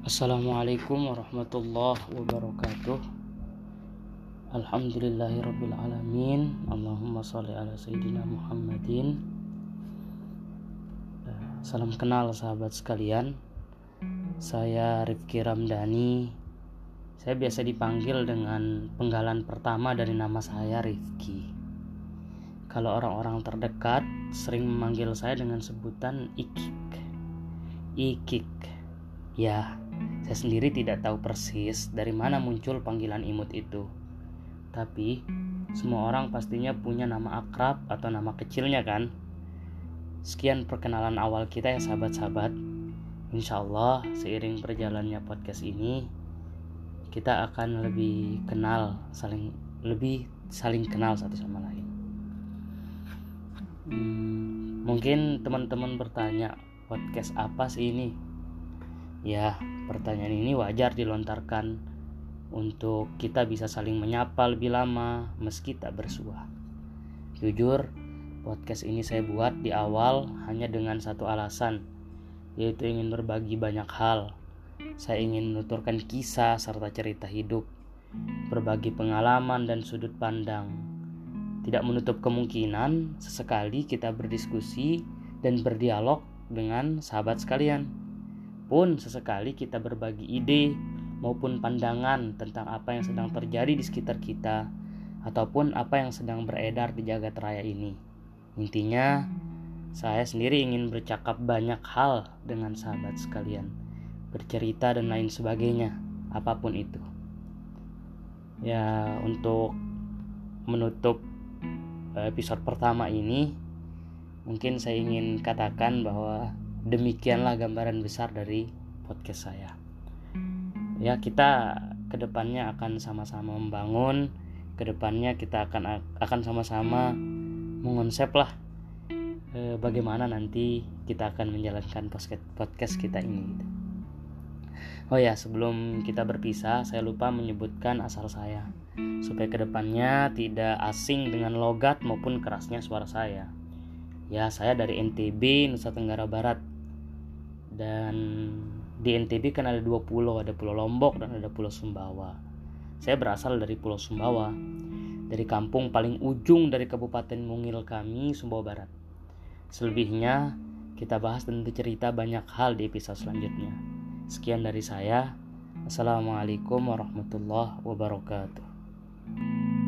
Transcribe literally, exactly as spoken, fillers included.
Assalamualaikum warahmatullahi wabarakatuh. Alhamdulillahirabbil alamin. Allahumma shalli ala sayyidina Muhammadin. Salam kenal sahabat sekalian. Saya Rifki Ramdhani. Saya biasa dipanggil dengan penggalan pertama dari nama saya, Rifki. Kalau orang-orang terdekat sering memanggil saya dengan sebutan Ikik. Ikik. Ya, saya sendiri tidak tahu persis dari mana muncul panggilan imut itu. Tapi, semua orang pastinya punya nama akrab atau nama kecilnya kan? Sekian perkenalan awal kita ya sahabat-sahabat. Insya Allah seiring berjalannya podcast ini, kita akan lebih kenal, saling lebih saling kenal satu sama lain. Hmm, mungkin teman-teman bertanya, podcast apa sih ini? Ya, pertanyaan ini wajar dilontarkan untuk kita bisa saling menyapa lebih lama meski tak bersua. Jujur, podcast ini saya buat di awal hanya dengan satu alasan, yaitu ingin berbagi banyak hal. Saya ingin menuturkan kisah serta cerita hidup, berbagi pengalaman dan sudut pandang. Tidak menutup kemungkinan sesekali kita berdiskusi dan berdialog dengan sahabat sekalian. Pun sesekali kita berbagi ide maupun pandangan tentang apa yang sedang terjadi di sekitar kita ataupun apa yang sedang beredar di jagat raya ini. Intinya, saya sendiri ingin bercakap banyak hal dengan sahabat sekalian, bercerita dan lain sebagainya, apapun itu. Ya, untuk menutup episode pertama ini, mungkin saya ingin katakan bahwa demikianlah gambaran besar dari podcast saya. Ya, kita kedepannya akan sama-sama membangun, kedepannya kita akan akan sama-sama mengonsep lah eh, bagaimana nanti kita akan menjalankan podcast kita ini. Oh ya, sebelum kita berpisah, saya lupa menyebutkan asal saya, supaya kedepannya tidak asing dengan logat maupun kerasnya suara saya. Ya, saya dari N T B, Nusa Tenggara Barat. Dan di N T B kan ada dua pulau, ada Pulau Lombok dan ada Pulau Sumbawa. Saya berasal dari Pulau Sumbawa, dari kampung paling ujung dari Kabupaten Mungil kami, Sumbawa Barat. Selebihnya kita bahas dan bercerita banyak hal di episode selanjutnya. Sekian dari saya. Assalamualaikum warahmatullahi wabarakatuh.